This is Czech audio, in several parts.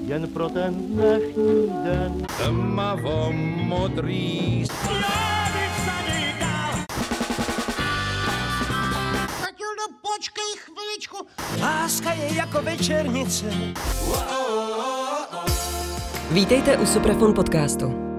jen pro ten dnešní den. Tmavo modrý. Matildo, počkej chviličku. Láska je jako večernice. Vítejte u Suprafon podcastu.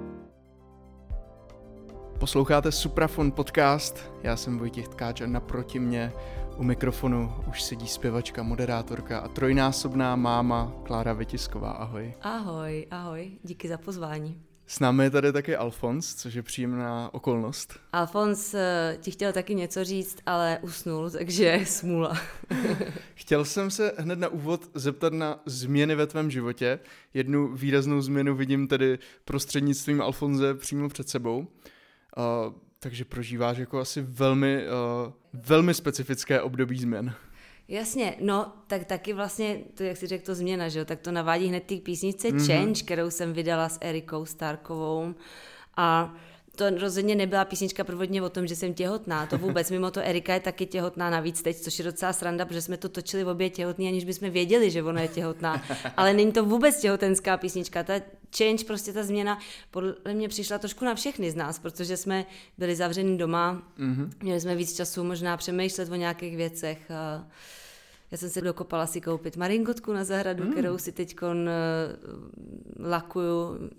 Posloucháte Suprafon podcast, já jsem Vojtěch Tkáč a naproti mě u mikrofonu už sedí zpěvačka, moderátorka a trojnásobná máma Klára Vytisková. Ahoj. Ahoj, díky za pozvání. S námi je tady taky Alfons, což je příjemná okolnost. Alfons ti chtěl taky něco říct, ale usnul, takže smůla. Chtěl jsem se hned na úvod zeptat na změny ve tvém životě. Jednu výraznou změnu vidím tedy prostřednictvím Alfonze přímo před sebou. Takže prožíváš jako asi velmi specifické období změn. Jasně, no, tak taky vlastně, to jak jsi řekl, to změna, že jo, tak to navádí hned té písničce Change, kterou jsem vydala s Erikou Starkovou a to rozhodně nebyla písnička prvotně o tom, že jsem těhotná, to vůbec, mimo to Erika je taky těhotná navíc teď, což je docela sranda, protože jsme to točili obě těhotný, aniž bychom věděli, že ona je těhotná, ale není to vůbec těhotenská písnička, ta Change, prostě ta změna, podle mě přišla trošku na všechny z nás, protože jsme byli zavření doma, měli jsme víc času možná přemýšlet o nějakých věcech. Já jsem se dokopala si koupit maringotku na zahradu, kterou si teďkon lakuju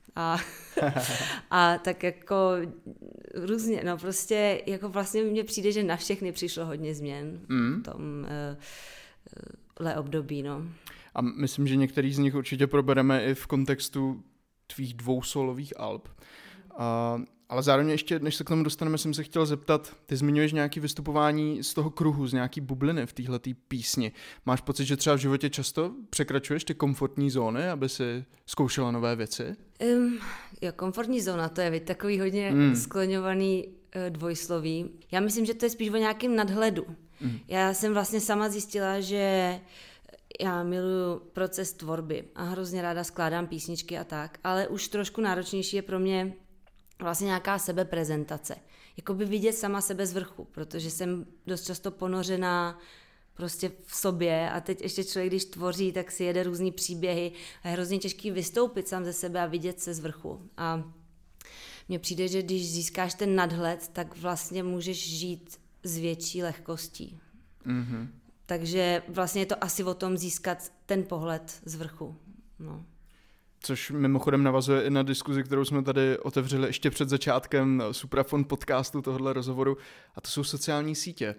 a tak jako různě, no prostě jako vlastně mně přijde, že na všechny přišlo hodně změn v tomhle období, no. A myslím, že některý z nich určitě probereme i v kontextu tvých 2 solových alb. Ale zároveň ještě, než se k tomu dostaneme, jsem se chtěl zeptat, ty zmiňuješ nějaké vystupování z toho kruhu, z nějaký bubliny v téhletý písni. Máš pocit, že třeba v životě často překračuješ ty komfortní zóny, aby si zkoušela nové věci? Jo, komfortní zóna, to je takový hodně skloňovaný dvojsloví. Já myslím, že to je spíš o nějakém nadhledu. Já jsem vlastně sama zjistila, že já miluju proces tvorby a hrozně ráda skládám písničky a tak, ale už trošku náročnější je pro mě vlastně nějaká sebeprezentace. Jakoby vidět sama sebe z vrchu, protože jsem dost často ponořená prostě v sobě a teď ještě člověk, když tvoří, tak si jede různý příběhy a je hrozně těžký vystoupit sám ze sebe a vidět se z vrchu. A mně přijde, že když získáš ten nadhled, tak vlastně můžeš žít s větší lehkostí. Mm-hmm. Takže vlastně je to asi o tom získat ten pohled z vrchu. No. Což mimochodem navazuje i na diskuzi, kterou jsme tady otevřeli ještě před začátkem Suprafon podcastu tohohle rozhovoru, a to jsou sociální sítě.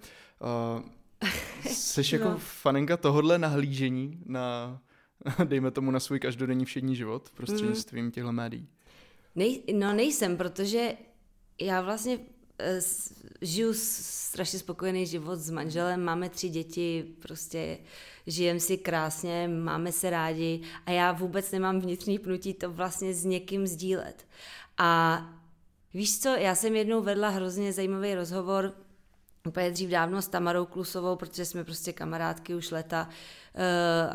Seš jako faninka tohohle nahlížení na, dejme tomu, na svůj každodenní všední život prostřednictvím těchto médií? Nejsem, protože já vlastně žiju strašně spokojený život s manželem, máme 3 děti, prostě žijeme si krásně, máme se rádi a já vůbec nemám vnitřní pnutí to vlastně s někým sdílet. A víš co, já jsem jednou vedla hrozně zajímavý rozhovor úplně dřív dávno s Tamarou Klusovou, protože jsme prostě kamarádky už leta a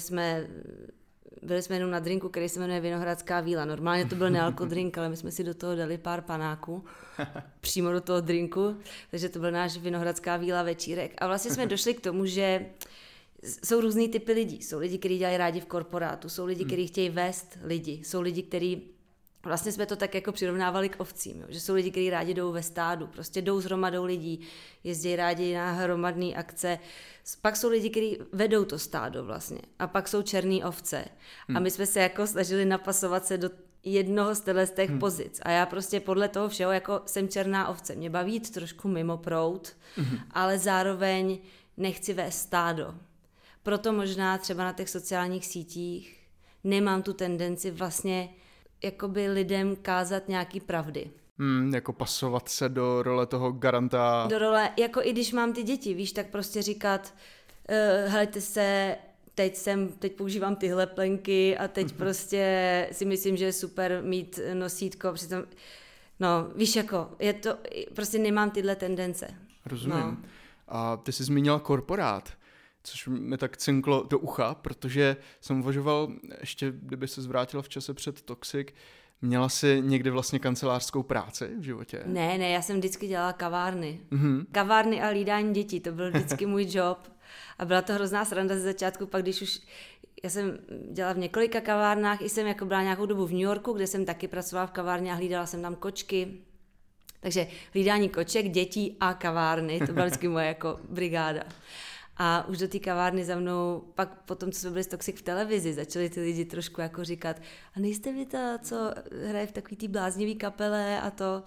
byli jsme jenom na drinku, který se jmenuje Vinohradská víla. Normálně to byl nealko drink, ale my jsme si do toho dali pár panáků přímo do toho drinku, takže to byl náš Vinohradská víla večírek. A vlastně jsme došli k tomu, že jsou různý typy lidí. Jsou lidi, kteří dělají rádi v korporátu, jsou lidi, kteří chtějí vést lidi, jsou lidi, kteří vlastně jsme to tak jako přirovnávali k ovcím, jo? Že jsou lidi, kteří rádi jdou ve stádu, prostě jdou s hromadou lidí, jezdí rádi na hromadné akce. Pak jsou lidi, kteří vedou to stádo vlastně. A pak jsou černý ovce. A my jsme se jako snažili napasovat se do jednoho z těch pozic. A já prostě podle toho všeho jako jsem černá ovce. Mě baví jít trošku mimo proud, ale zároveň nechci vést stádo. Proto možná třeba na těch sociálních sítích nemám tu tendenci vlastně jakoby lidem kázat nějaký pravdy. Jako pasovat se do role toho garanta. Do role, jako i když mám ty děti, víš, tak prostě říkat, helejte se, teď používám tyhle plenky a teď prostě si myslím, že je super mít nosítko, přitom, no, víš, jako, je to, prostě nemám tyhle tendence. Rozumím. No. A ty jsi zmínila korporát, což mi tak cinklo do ucha, protože jsem uvažoval, ještě kdyby se zvrátila v čase před Toxic, měla jsi někdy vlastně kancelářskou práci v životě? Ne, já jsem vždycky dělala kavárny. Mm-hmm. Kavárny a hlídání dětí, to byl vždycky můj job. A byla to hrozná sranda ze začátku, pak když už já jsem dělala v několika kavárnách, i jsem jako byla nějakou dobu v New Yorku, kde jsem taky pracovala v kavárně a hlídala jsem tam kočky. Takže hlídání koček, dětí a kavárny, to byla vždycky moje jako brigáda. A už do té kavárny za mnou, pak potom, co jsme byli s Toxic v televizi, začali ty lidi trošku jako říkat, a nejste vy ta, co hraje v takový tý bláznivý kapele a to...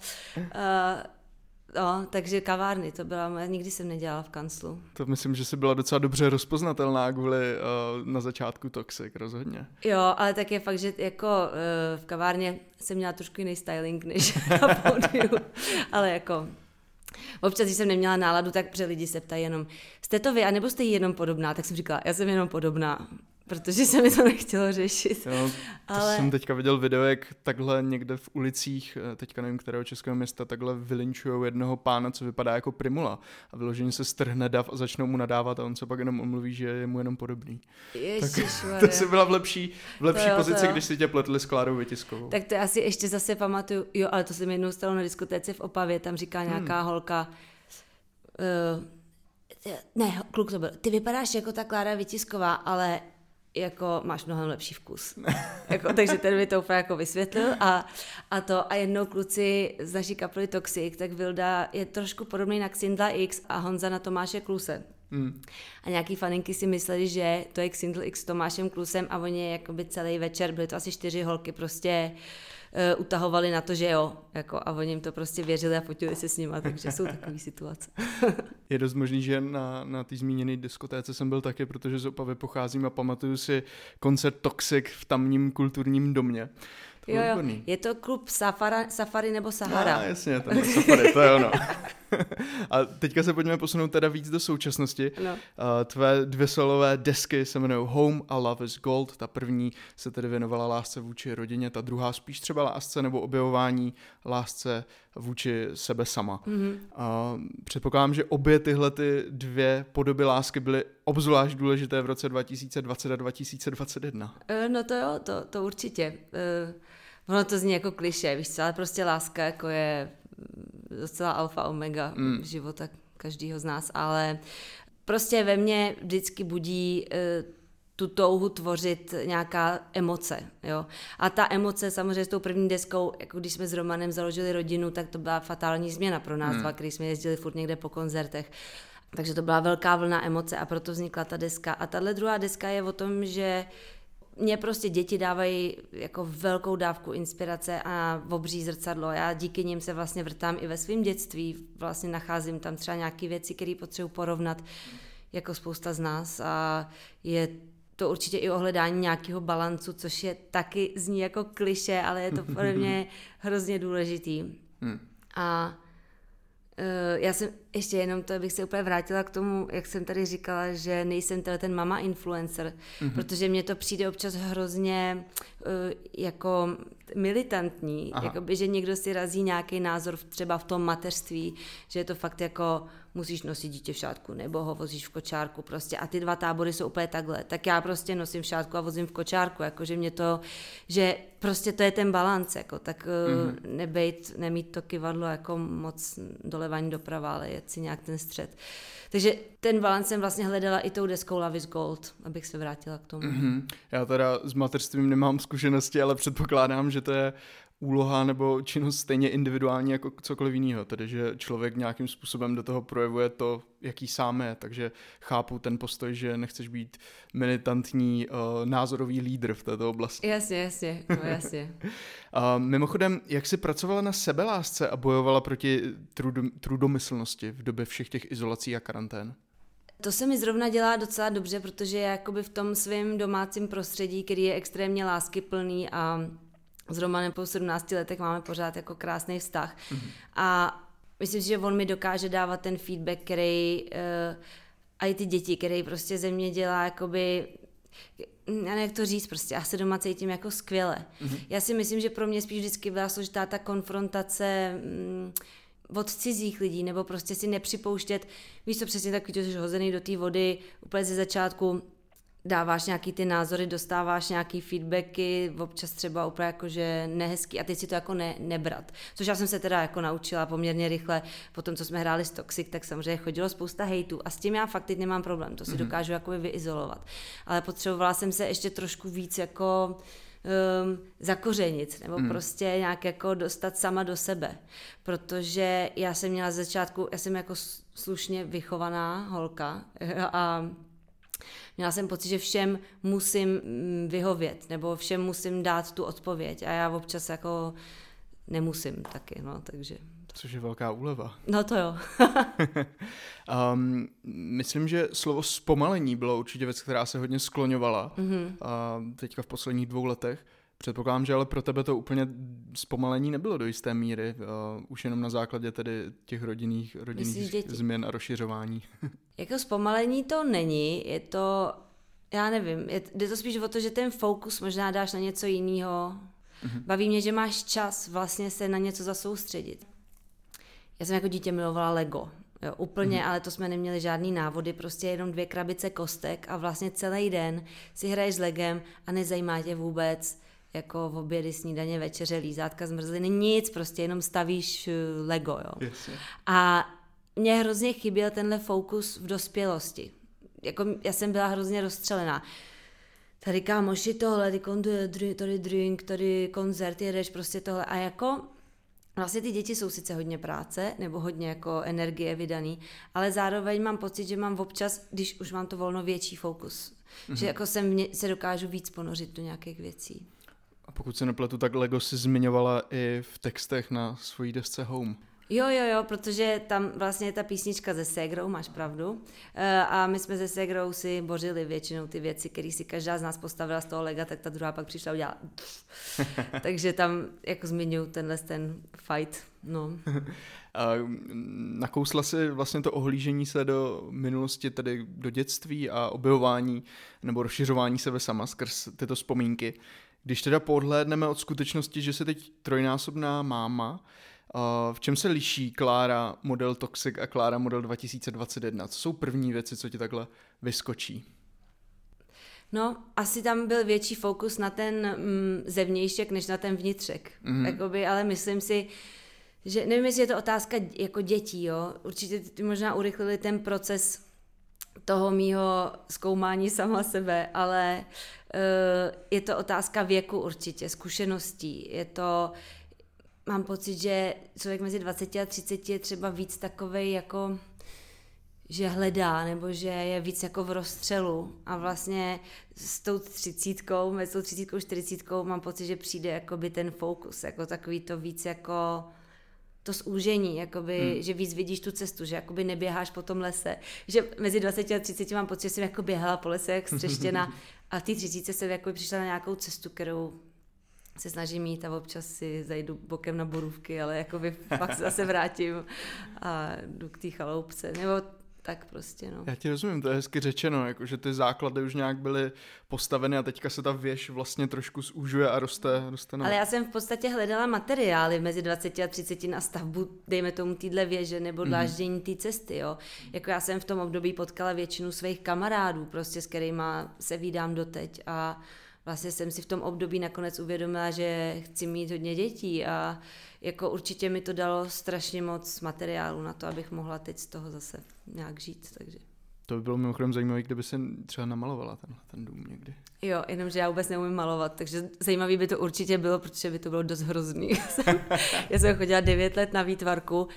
No, takže kavárny, to byla moje, nikdy jsem nedělala v kanclu. To myslím, že jsi byla docela dobře rozpoznatelná kvůli na začátku Toxic, rozhodně. Jo, ale tak je fakt, že jako v kavárně jsem měla trošku jiný styling než na pódiu, ale jako občas, když jsem neměla náladu, tak protože lidi se ptají jenom, jste to vy, anebo jste jí jenom podobná? Tak jsem říkala, já jsem jenom podobná, protože se mi to nechtělo řešit. Jo, ale... jsem teďka viděl video, jak takhle někde v ulicích, teďka nevím, kterého českého města, takhle vylinčujou jednoho pána, co vypadá jako Primula. A vyloženě se strhne dav a začnou mu nadávat a on se pak jenom omluví, že je mu jenom podobný. To si byla v lepší pozici, když si tě pletli s Klárou Vitiskovou. Tak to já si ještě zase pamatuju, jo, ale to se mi jednou stalo na diskotéce v Opavě, tam říká nějaká holka, ne, kluk to byl, ty vypadáš jako ta Klára Vitisková, ale jako máš mnohem lepší vkus. Jako, takže ten mi to úplně jako vysvětlil a jednou kluci z naší kapely Toxic, tak Vilda je trošku podobný na Xindla X a Honza na Tomáše Kluse. A nějaký faninky si mysleli, že to je Xindl X s Tomášem Klusem a oni jakoby celý večer, byly to asi 4 holky, prostě utahovali na to, že jo, jako, a oni jim to prostě věřili a fotili se s nima, takže jsou takové situace. Je dost možný, že na té zmíněné diskotéce jsem byl taky, protože z Opavy pocházím a pamatuju si koncert Toxic v tamním kulturním domě. Jo, je to klub Safari nebo Sahara. Jasně, ten Safari, to je ono. A teďka se pojďme posunout teda víc do současnosti. No. Tvé 2 solové desky se jmenují Home a Love is Gold. Ta první se tedy věnovala lásce vůči rodině, ta druhá spíš třeba lásce nebo objevování lásce vůči sebe sama. Předpokládám, že obě tyhle ty 2 podoby lásky byly obzvlášť důležité v roce 2020 a 2021. No to jo, to určitě. Ono to zní jako klišé, víš co, ale prostě láska jako je docela alfa omega života každého z nás, ale prostě ve mně vždycky budí tu touhu tvořit nějaká emoce, jo. A ta emoce samozřejmě s tou první deskou, jako když jsme s Romanem založili rodinu, tak to byla fatální změna pro nás dva, když jsme jezdili furt někde po koncertech. Takže to byla velká vlna emoce a proto vznikla ta deska. A tahle druhá deska je o tom, že mě prostě děti dávají jako velkou dávku inspirace a obří zrcadlo. Já díky nim se vlastně vrtám i ve svém dětství. Vlastně nacházím tam třeba nějaké věci, které potřebuji porovnat jako spousta z nás. A je to určitě i o hledání nějakého balancu, což je taky zní jako klišé, ale je to pro mě hrozně důležitý. A já jsem ještě jenom to, bych se úplně vrátila k tomu, jak jsem tady říkala, že nejsem ten mama influencer, protože mně to přijde občas hrozně jako militantní, jakoby, že někdo si razí nějaký názor třeba v tom mateřství, že je to fakt jako musíš nosit dítě v šátku nebo ho vozíš v kočárku prostě a ty 2 tábory jsou úplně takhle, tak já prostě nosím v šátku a vozím v kočárku, jakože mě to, že prostě to je ten balanc, jako, tak nemít to kyvadlo jako moc doleva ani doprava, ale jet si nějak ten střed. Takže ten balanc jsem vlastně hledala i tou deskou Love is Gold, abych se vrátila k tomu. Já teda s mateřstvím nemám zkušenosti, ale předpokládám, že to je úloha nebo činnost stejně individuální jako cokoliv jiného, tedy že člověk nějakým způsobem do toho projevuje to, jaký sám je, takže chápu ten postoj, že nechceš být militantní názorový lídr v této oblasti. Jasně, no jasně. Mimochodem, jak jsi pracovala na sebelásce a bojovala proti trudomyslnosti v době všech těch izolací a karantén? To se mi zrovna dělá docela dobře, protože jakoby v tom svém domácím prostředí, který je extrémně láskyplný a s Romanem po 17 letech máme pořád jako krásný vztah. A myslím si, že on mi dokáže dávat ten feedback, který a i ty děti, který prostě ze mě dělá jakoby, já nevím, jak to říct, prostě já se doma cítím jako skvěle. Já si myslím, že pro mě spíš vždycky byla složitá ta konfrontace od cizích lidí, nebo prostě si nepřipouštět, víš co, přesně takový, že jsi hozený do té vody úplně ze začátku, dáváš nějaký ty názory, dostáváš nějaký feedbacky, občas třeba úplně jakože nehezký a teď si to jako nebrat. Což já jsem se teda jako naučila poměrně rychle, po tom, co jsme hráli s Toxic, tak samozřejmě chodilo spousta hejtů a s tím já fakt teď nemám problém, to si dokážu jakoby vyizolovat. Ale potřebovala jsem se ještě trošku víc jako zakořenit, nebo prostě nějak jako dostat sama do sebe, protože já jsem měla z začátku, já jsem jako slušně vychovaná holka a měla jsem pocit, že všem musím vyhovět, nebo všem musím dát tu odpověď a já občas jako nemusím taky, no, takže... Což je velká úleva. No to jo. Myslím, že slovo zpomalení bylo určitě věc, která se hodně skloňovala teďka v posledních 2 letech. Předpokládám, že ale pro tebe to úplně zpomalení nebylo do jisté míry, už jenom na základě tedy těch rodinných změn a rozšiřování. Jako zpomalení to není, je to, já nevím, jde to spíš o to, že ten fokus možná dáš na něco jiného. Baví mě, že máš čas vlastně se na něco zasoustředit. Já jsem jako dítě milovala Lego, jo, úplně, ale to jsme neměli žádný návody, prostě jenom 2 krabice kostek a vlastně celý den si hraješ s Legem a nezajímá tě vůbec jako v obědy, snídaně, večeře, lízátka, zmrzliny, nic, prostě jenom stavíš Lego, jo. Yes. A mně hrozně chyběl tenhle fokus v dospělosti. Jako já jsem byla hrozně rozstřelená. Tady kámoši tohle, tady drink, tady koncert, jedeš prostě tohle a jako vlastně ty děti jsou sice hodně práce, nebo hodně jako energie vydaný, ale zároveň mám pocit, že mám občas, když už mám to volno, větší fokus. Že jako se dokážu víc ponořit do nějakých věcí. A pokud se nepletu, tak Lego si zmiňovala i v textech na svojí desce Home. Jo, protože tam vlastně je ta písnička se ségrou, máš pravdu. A my jsme se ségrou si bořili většinou ty věci, které si každá z nás postavila z toho Lega, tak ta druhá pak přišla a udělala. Takže tam jako zmiňuji ten fight. No. A nakousla si vlastně to ohlížení se do minulosti, tedy do dětství a objevování nebo rozšiřování sebe sama skrz tyto vzpomínky. Když teda podhlédneme od skutečnosti, že jsi teď 3násobná máma, v čem se liší Klára model Toxic a Klára model 2021? Co jsou první věci, co ti takhle vyskočí? No, asi tam byl větší fokus na ten zevnějšek, než na ten vnitřek. Jakoby, ale myslím si, že nevím, jestli je to otázka jako dětí, jo. Určitě ty možná urychlili ten proces toho mýho zkoumání sama sebe, ale je to otázka věku určitě, zkušeností. Je to, mám pocit, že člověk mezi 20 a 30 je třeba víc takovej jako, že hledá, nebo že je víc jako v rozstřelu a vlastně s tou 30, mezi tou 30 a 40 mám pocit, že přijde jakoby ten fokus, jako takový to víc jako to zúžení, jakoby, že víc vidíš tu cestu, že jakoby neběháš po tom lese. Že mezi 20 a 30 mám pocit, že jsem jako běhala po lese jak střeštěna a v té 30 jsem jako přišla na nějakou cestu, kterou se snažím jít a občas si zajdu bokem na borůvky, ale jakoby pak se zase vrátím a jdu k té chaloupce. Nebo tak prostě, no. Já ti rozumím, to je hezky řečeno, jako, že ty základy už nějak byly postaveny a teďka se ta věž vlastně trošku zúžuje a roste na... Ale já jsem v podstatě hledala materiály mezi 20 a 30 na stavbu, dejme tomu týhle věže nebo dláždění té cesty, jo. Jako já jsem v tom období potkala většinu svých kamarádů, prostě s kterýma se vídám doteď a vlastně jsem si v tom období nakonec uvědomila, že chci mít hodně dětí a jako určitě mi to dalo strašně moc materiálu na to, abych mohla teď z toho zase nějak žít, takže. To by bylo mimochodem zajímavé, kdyby se třeba namalovala ten dům někdy. Jo, jenomže já vůbec neumím malovat, takže zajímavý by to určitě bylo, protože by to bylo dost hrozný. Já jsem chodila 9 let na výtvarku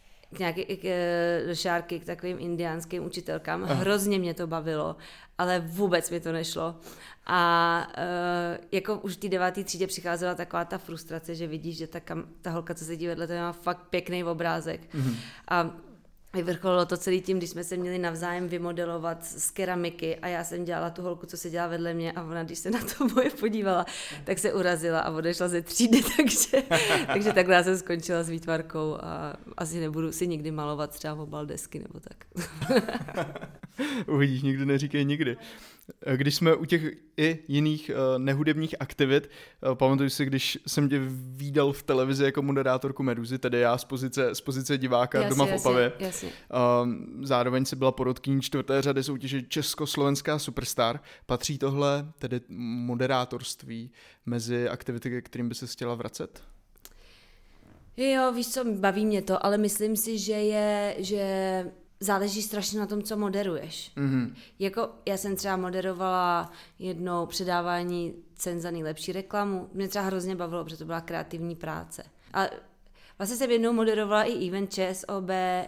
do šárky k takovým indiánským učitelkám. Hrozně mě to bavilo, ale vůbec mi to nešlo. A jako už v té 9. třídě přicházela taková ta frustrace, že vidíš, že ta holka, co sedí vedle, to má fakt pěkný obrázek. A vyvrcholilo to celý tím, když jsme se měli navzájem vymodelovat z keramiky a já jsem dělala tu holku, co seděla vedle mě a ona, když se na to moje podívala, tak se urazila a odešla ze třídy, takže takhle já jsem skončila s výtvarkou a asi nebudu si nikdy malovat třeba obal desky nebo tak. Uvidíš, nikdy neříkej nikdy. Když jsme u těch i jiných nehudebních aktivit, pamatuju si, když jsem tě vídal v televizi jako moderátorku Medúzy, tedy já z pozice diváka doma v Opavě. Jasně. Zároveň si byla porotkyní 4. řady soutěže Československá Superstar. Patří tohle, tedy moderátorství, mezi aktivity, ke kterým by se chtěla vracet? Jo, víš co, baví mě to, ale myslím si, že záleží strašně na tom, co moderuješ. Mm-hmm. Jako já jsem třeba moderovala jednou předávání cen za nejlepší reklamu. Mě třeba hrozně bavilo, protože to byla kreativní práce. A vlastně jsem jednou moderovala i event ČSOB,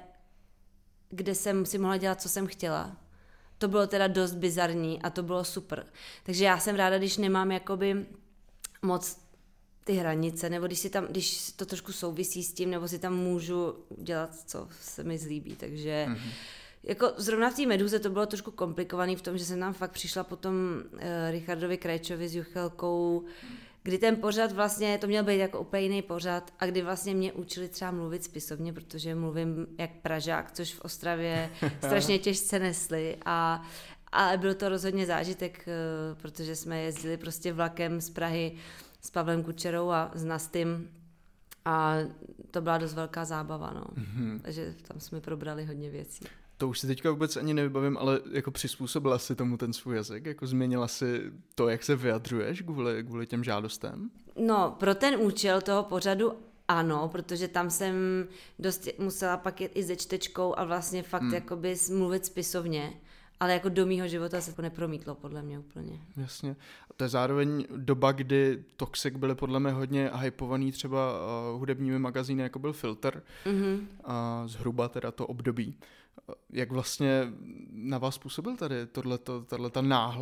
kde jsem si mohla dělat, co jsem chtěla. To bylo teda dost bizarní a to bylo super. Takže já jsem ráda, když nemám jakoby moc ty hranice, nebo když to trošku souvisí s tím, nebo si tam můžu dělat, co se mi zlíbí, takže jako zrovna v té Medúze to bylo trošku komplikovaný v tom, že jsem tam fakt přišla potom Richardovi Krajčovi s Juchelkou, kdy ten pořad vlastně, to měl být jako úplně jiný pořad a kdy vlastně mě učili třeba mluvit spisovně, protože mluvím jak Pražák, což v Ostravě strašně těžce nesli ale byl to rozhodně zážitek, protože jsme jezdili prostě vlakem z Prahy s Pavlem Kučerou a s Nastym a to byla dost velká zábava, no. Mm-hmm. Takže tam jsme probrali hodně věcí. To už si teďka vůbec ani nevybavím, ale jako přizpůsobila si tomu ten svůj jazyk? Jako změnila si to, jak se vyjadřuješ kvůli těm žádostem? No, pro ten účel toho pořadu ano, protože tam jsem dost musela pak jet i se čtečkou a vlastně fakt jakoby mluvit spisovně. Ale jako do mýho života se to nepromítlo, podle mě úplně. Jasně. To je zároveň doba, kdy Toxic byly podle mě hodně hypovaný třeba hudebními magazíny, jako byl Filter. Mm-hmm. A zhruba teda to období. Jak vlastně na vás působil tady tato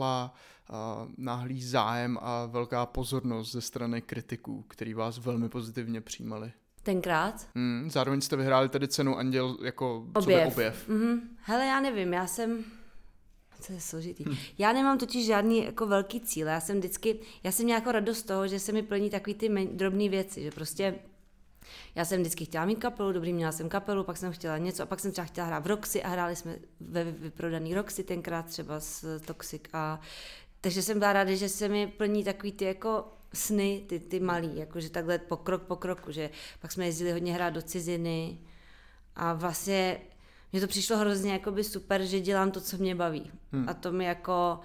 náhlý zájem a velká pozornost ze strany kritiků, který vás velmi pozitivně přijímali? Tenkrát? Zároveň jste vyhráli tady cenu Anděl jako objev. Mm-hmm. Hele, já nevím, to je složitý. Já nemám totiž žádný jako velký cíl. Já jsem měla jako radost z toho, že se mi plní takový ty drobné věci, že prostě já jsem vždycky chtěla mít kapelu, měla jsem kapelu, pak jsem chtěla něco a pak jsem třeba chtěla hrát v Roxy a hráli jsme ve vyprodaný Roxy tenkrát třeba s Toxic takže jsem byla ráda, že se mi plní takový ty jako sny, ty malý, jakože takhle pokrok po kroku, že pak jsme jezdili hodně hrát do ciziny a vlastně mně to přišlo hrozně jakoby super, že dělám to, co mě baví. A to mi jako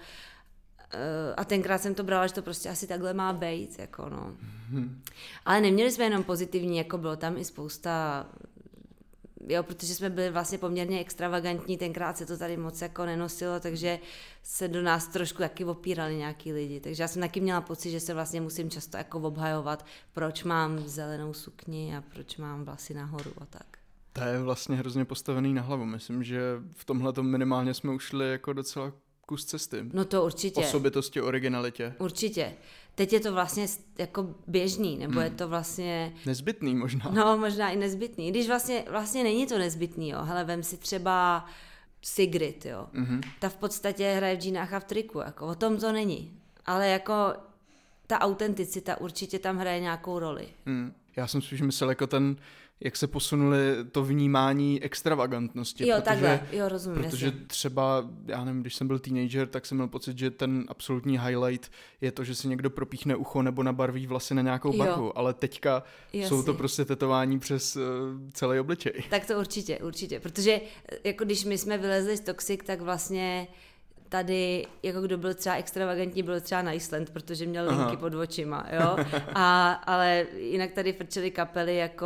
a tenkrát jsem to brala, že to prostě asi takhle má být, jako no. Ale neměli jsme jenom pozitivní, jako bylo tam i spousta, protože jsme byli vlastně poměrně extravagantní, tenkrát se to tady moc jako nenosilo, takže se do nás trošku taky opírali nějaký lidi, takže já jsem taky měla pocit, že se vlastně musím často jako obhajovat, proč mám zelenou sukni a proč mám vlasy nahoru a tak. To je vlastně hrozně postavený na hlavu. Myslím, že v tomhletom minimálně jsme ušli jako docela kus cesty. No to určitě. Osobitosti, originalitě. Určitě. Teď je to vlastně jako běžný, nebo je to vlastně... Nezbytný možná. No, možná i nezbytný. Když vlastně není to nezbytný, jo. Hele, vem si třeba Sigrid, jo. Mm-hmm. Ta v podstatě hraje v džínách a v triku, jako o tom to není. Ale jako ta autenticita určitě tam hraje nějakou roli. Já jsem spíš myslel jako jak se posunuli to vnímání extravagantnosti. Jo, takhle, rozumím. Protože jasně. Třeba, já nevím, když jsem byl teenager, tak jsem měl pocit, že ten absolutní highlight je to, že si někdo propíchne ucho nebo nabarví vlasy na nějakou barvu, ale teďka jsou to prostě tetování přes celý obličej. Tak to určitě, protože jako když my jsme vylezli z Toxic, tak vlastně tady, jako kdo byl třeba extravagantní, byl třeba na Island, protože měl linky pod očima, jo. Ale jinak tady frčely kapely jako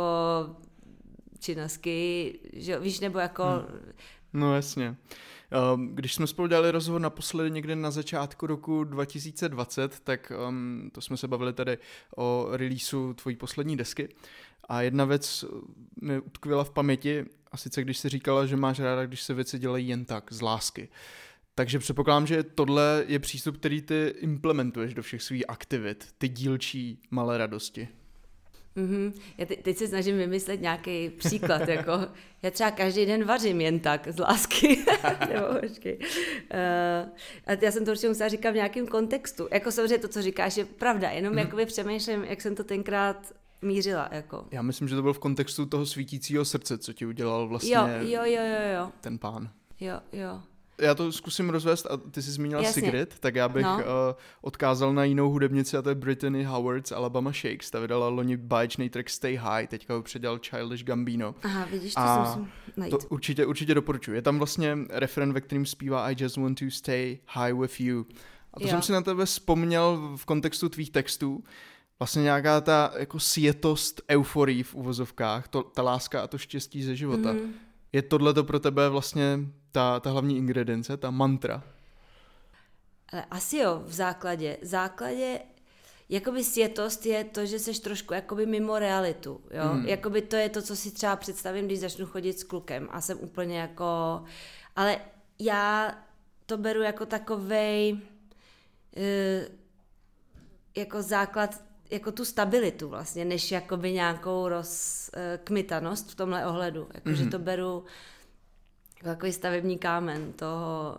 Činasky, že víš, nebo jako... No jasně. Když jsme spolu dělali rozhovor naposledy někde na začátku roku 2020, tak to jsme se bavili tady o releaseu tvojí poslední desky. A jedna věc mi utkvěla v paměti, a sice když jsi říkala, že máš ráda, když se věci dělají jen tak, z lásky. Takže předpokládám, že tohle je přístup, který ty implementuješ do všech svých aktivit, ty dílčí malé radosti. Mm-hmm. Já teď se snažím vymyslet nějaký příklad, jako já třeba každý den vařím jen tak, z lásky. A já jsem to určitě musela říkat v nějakém kontextu. Jako samozřejmě to, co říkáš, je pravda, jenom jakoby přemýšlím, jak jsem to tenkrát mířila. Jako. Já myslím, že to bylo v kontextu toho svítícího srdce, co ti udělal vlastně jo. ten pán. Jo. Já to zkusím rozvést a ty jsi zmínila Jasně. Sigrid, tak já bych odkázal na jinou hudebnici a to je Brittany Howard z Alabama Shakes. Ta vydala loni báječný track Stay High, teďka ho předělal Childish Gambino. Aha, vidíš, to a si musím najít. To určitě doporučuji. Je tam vlastně refren, ve kterým zpívá I just want to stay high with you. A to jsem si na tebe vzpomněl v kontextu tvých textů. Vlastně nějaká ta jako sjetost euforii v uvozovkách, ta láska a to štěstí ze života. Je tohleto pro tebe vlastně ta hlavní ingredience, ta mantra? Ale asi jo, v základě jakoby sjetost je to, že seš trošku jakoby mimo realitu, jo? Jakoby to je to, co si třeba představím, když začnu chodit s klukem a jsem úplně jako... Ale já to beru jako takovej jako základ, jako tu stabilitu vlastně, než jakoby nějakou rozkmitanost v tomhle ohledu. Jakože to beru jako takový stavební kámen toho...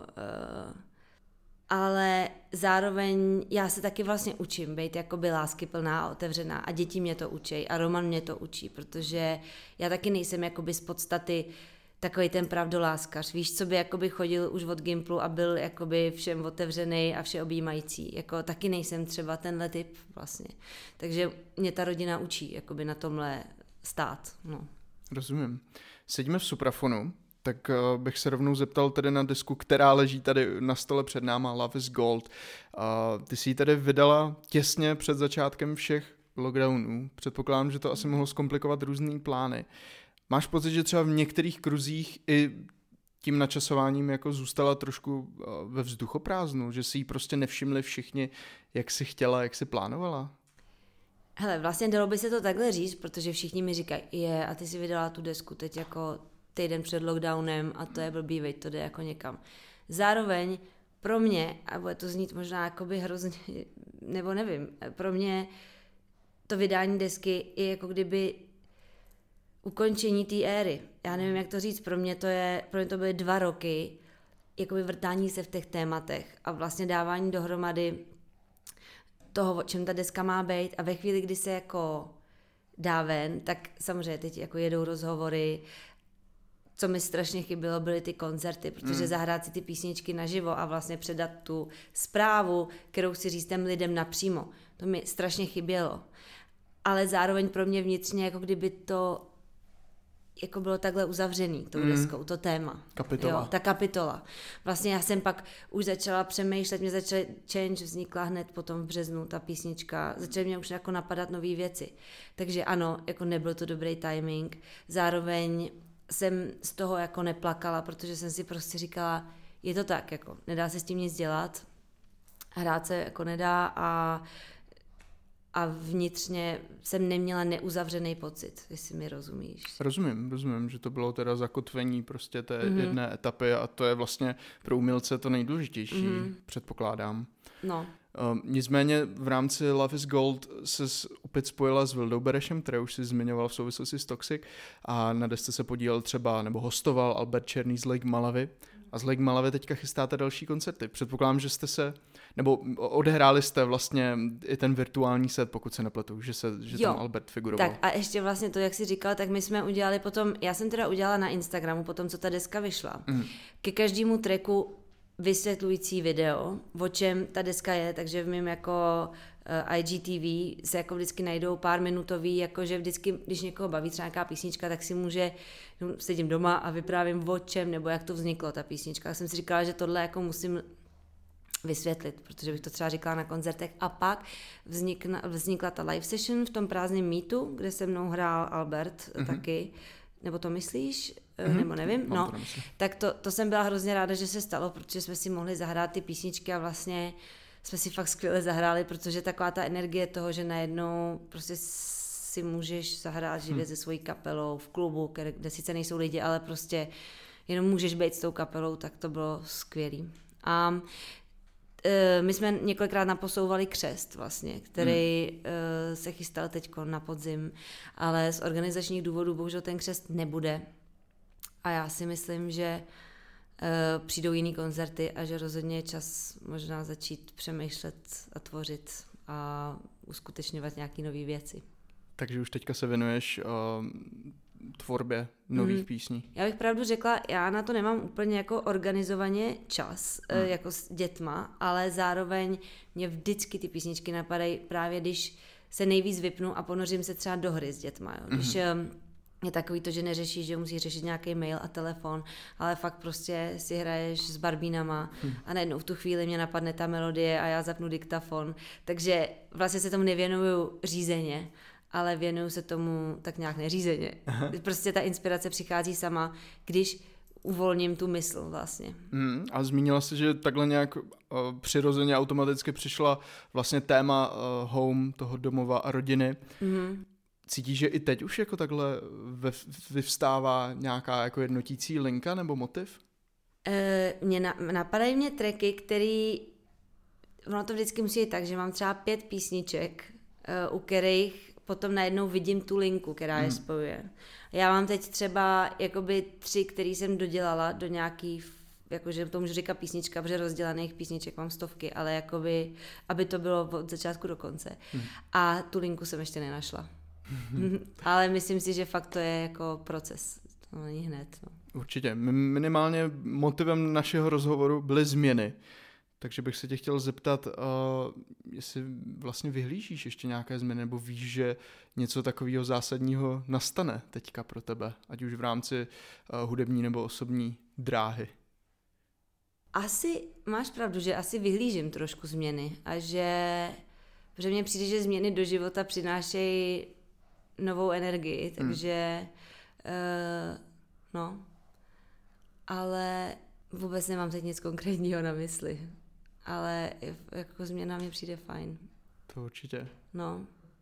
ale zároveň já se taky vlastně učím být jakoby láskyplná a otevřená a děti mě to učí a Roman mě to učí, protože já taky nejsem jakoby z podstaty takový ten pravdoláskař, víš, co by jakoby chodil už od Gimplu a byl jakoby všem otevřený a všeobjímající, jako taky nejsem třeba tenhle typ vlastně, takže mě ta rodina učí jakoby na tomhle stát, no. Rozumím. Sedíme v Suprafonu, tak bych se rovnou zeptal tedy na desku, která leží tady na stole před náma, Love is Gold. Ty jsi ji tady vydala těsně před začátkem všech lockdownů. Předpokládám, že to asi mohlo zkomplikovat různý plány. Máš pocit, že třeba v některých kruzích i tím načasováním jako zůstala trošku ve vzduchoprázdnu, že si ji prostě nevšimli všichni, jak si chtěla, jak si plánovala? Hele, vlastně dalo by se to takhle říct, protože všichni mi říkají, a ty si vydala tu desku teď jako týden před lockdownem a to je blbý, veď to jde jako někam. Zároveň pro mě, a bude to znít možná jakoby hrozně, nebo nevím, pro mě to vydání desky je jako kdyby ukončení té éry. Já nevím, jak to říct, pro mě to byly 2 roky jakoby vrtání se v těch tématech a vlastně dávání dohromady toho, o čem ta deska má být a ve chvíli, kdy se jako dá ven, tak samozřejmě teď jako jedou rozhovory. Co mi strašně chybělo, byly ty koncerty, protože zahrát si ty písničky naživo a vlastně předat tu zprávu, kterou si říct těm lidem napřímo. To mi strašně chybělo. Ale zároveň pro mě vnitřně, jako kdyby to jako bylo takhle uzavřený tou deskou, to téma. Kapitola. Jo, ta kapitola. Vlastně já jsem pak už začala přemýšlet, mě začala Change, vznikla hned potom v březnu ta písnička, začaly mě už jako napadat nové věci. Takže ano, jako nebyl to dobrý timing. Zároveň jsem z toho jako neplakala, protože jsem si prostě říkala, je to tak, jako nedá se s tím nic dělat, hrát se jako nedá a vnitřně jsem neměla neuzavřený pocit, jestli mi rozumíš. Rozumím, že to bylo teda zakotvení prostě té jedné etapy a to je vlastně pro umělce to nejdůležitější, předpokládám. No. Nicméně v rámci Love is Gold se opět spojila s Vildou Berešem, kterou už si zmiňoval v souvislosti s Toxic a na desce se podílel třeba, nebo hostoval Albert Černý z Lake Malawi a z Lake Malawi teďka chystáte další koncerty. Předpokládám, že jste se, nebo odehráli jste vlastně i ten virtuální set, pokud se nepletu, že tam Albert figuroval. Tak a ještě vlastně to, jak jsi říkal, tak my jsme udělali potom, já jsem teda udělala na Instagramu potom, co ta deska vyšla. Ke každému tracku vysvětlující video, o čem ta deska je, takže v mém jako IGTV se jako vždycky najdou pár minutový, jakože vždycky, když někoho baví třeba nějaká písnička, tak si může, sedím doma a vyprávím o čem, nebo jak to vzniklo, ta písnička. Já jsem si říkala, že tohle jako musím vysvětlit, protože bych to třeba říkala na koncertech. A pak vznikla ta live session v tom prázdném mýtu, kde se mnou hrál Albert taky. Nebo to myslíš? Nebo nevím. No, tak to jsem byla hrozně ráda, že se stalo, protože jsme si mohli zahrát ty písničky a vlastně jsme si fakt skvěle zahráli, protože taková ta energie toho, že najednou prostě si můžeš zahrát živě se svojí kapelou v klubu, kde sice nejsou lidi, ale prostě jenom můžeš být s tou kapelou, tak to bylo skvělý. A my jsme několikrát naposouvali křest vlastně, který se chystal teďko na podzim, ale z organizačních důvodů bohužel ten křest nebude. A já si myslím, že přijdou jiný koncerty a že rozhodně je čas možná začít přemýšlet a tvořit a uskutečňovat nějaké nové věci. Takže už teďka se věnuješ tvorbě nových písní? Já bych pravdu řekla, já na to nemám úplně jako organizovaně čas, jako s dětma, ale zároveň mě vždycky ty písničky napadají právě, když se nejvíc vypnu a ponořím se třeba do hry s dětma. Jo. Když je takový to, že neřešíš, že musíš řešit nějaký mail a telefon, ale fakt prostě si hraješ s barbínama a najednou v tu chvíli mě napadne ta melodie a já zapnu diktafon. Takže vlastně se tomu nevěnuju řízeně, ale věnuju se tomu tak nějak neřízeně. Prostě ta inspirace přichází sama, když uvolním tu mysl vlastně. A zmínila jsi, že takhle nějak přirozeně automaticky přišla vlastně téma home, toho domova a rodiny. Cítíš, že i teď už jako takhle vyvstává nějaká jako jednotící linka nebo motiv? Napadají mě tracky, který, ono to vždycky musí být tak, že mám třeba 5 písniček, u kterých potom najednou vidím tu linku, která je spojuje. Já mám teď třeba jakoby 3, který jsem dodělala do nějaký, jakože to můžu říkat písnička, protože rozdělaných písniček mám stovky, ale jakoby, aby to bylo od začátku do konce. A tu linku jsem ještě nenašla. Ale myslím si, že fakt to je jako proces. To není hned. No. Určitě. Minimálně motivem našeho rozhovoru byly změny. Takže bych se tě chtěl zeptat, jestli vlastně vyhlížíš ještě nějaké změny, nebo víš, že něco takového zásadního nastane teďka pro tebe, ať už v rámci hudební nebo osobní dráhy. Asi máš pravdu, že asi vyhlížím trošku změny a že mně přijde, že změny do života přinášejí novou energii, takže no, ale vůbec nemám teď nic konkrétního na mysli, ale jako změna mi přijde fajn. To určitě. No.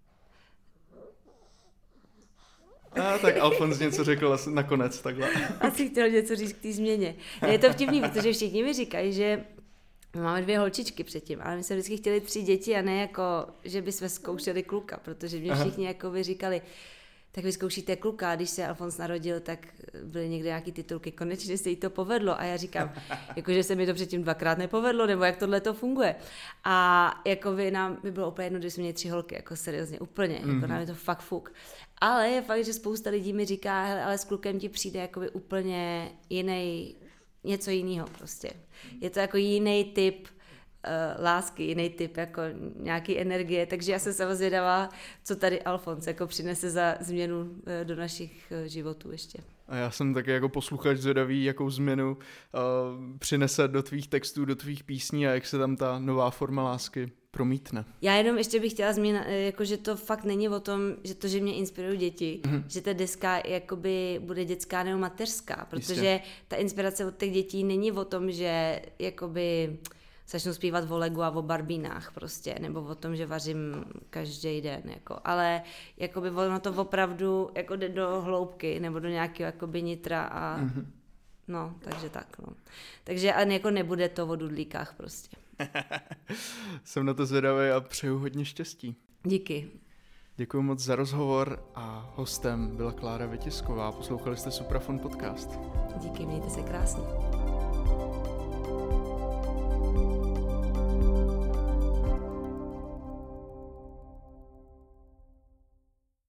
Tak Alfons něco řekl nakonec takhle. Asi chtěl něco říct k té změně. Je to vtipný, protože všichni mi říkají, že máme 2 holčičky předtím, ale my jsme vždycky chtěli 3 děti a ne jako, že bychom zkoušeli kluka, protože mě všichni jako by říkali, tak vy zkoušíte kluka, a když se Alfons narodil, tak byly někde nějaký titulky, konečně se jí to povedlo a já říkám, jakože se mi to předtím 2krát nepovedlo, nebo jak tohle to funguje. A jako nám by bylo úplně jedno, když jsme měli 3 holky, jako seriózně, úplně, jako nám je to fakt fuk. Ale je fakt, že spousta lidí mi říká, hele, ale s klukem ti přijde jakoby úplně jiný, něco jiného prostě. Je to jako jiný typ lásky, jiný typ jako nějaký energie, takže já jsem sama zvědavá, co tady Alfons jako přinese za změnu do našich životů ještě. A já jsem taky jako posluchač zvědavý, jakou změnu přinese do tvých textů, do tvých písní a jak se tam ta nová forma lásky promítne. Já jenom ještě bych chtěla zmínit, jako že to fakt není o tom, že mě inspirují děti, že ta deska jakoby bude dětská nebo mateřská, protože ta inspirace od těch dětí není o tom, že jakoby začnu zpívat o Legu a o barbínách prostě, nebo o tom, že vařím každý den, jako, ale jakoby ono to opravdu jako jde do hloubky, nebo do nějakého jakoby nitra a no, takže tak, no. Takže jako nebude to o dudlíkách prostě. Jsem na to zvědavý a přeju hodně štěstí. Díky. Děkuji moc za rozhovor a hostem byla Klára Vytisková. Poslouchali jste Suprafon podcast. Díky, mějte se krásně.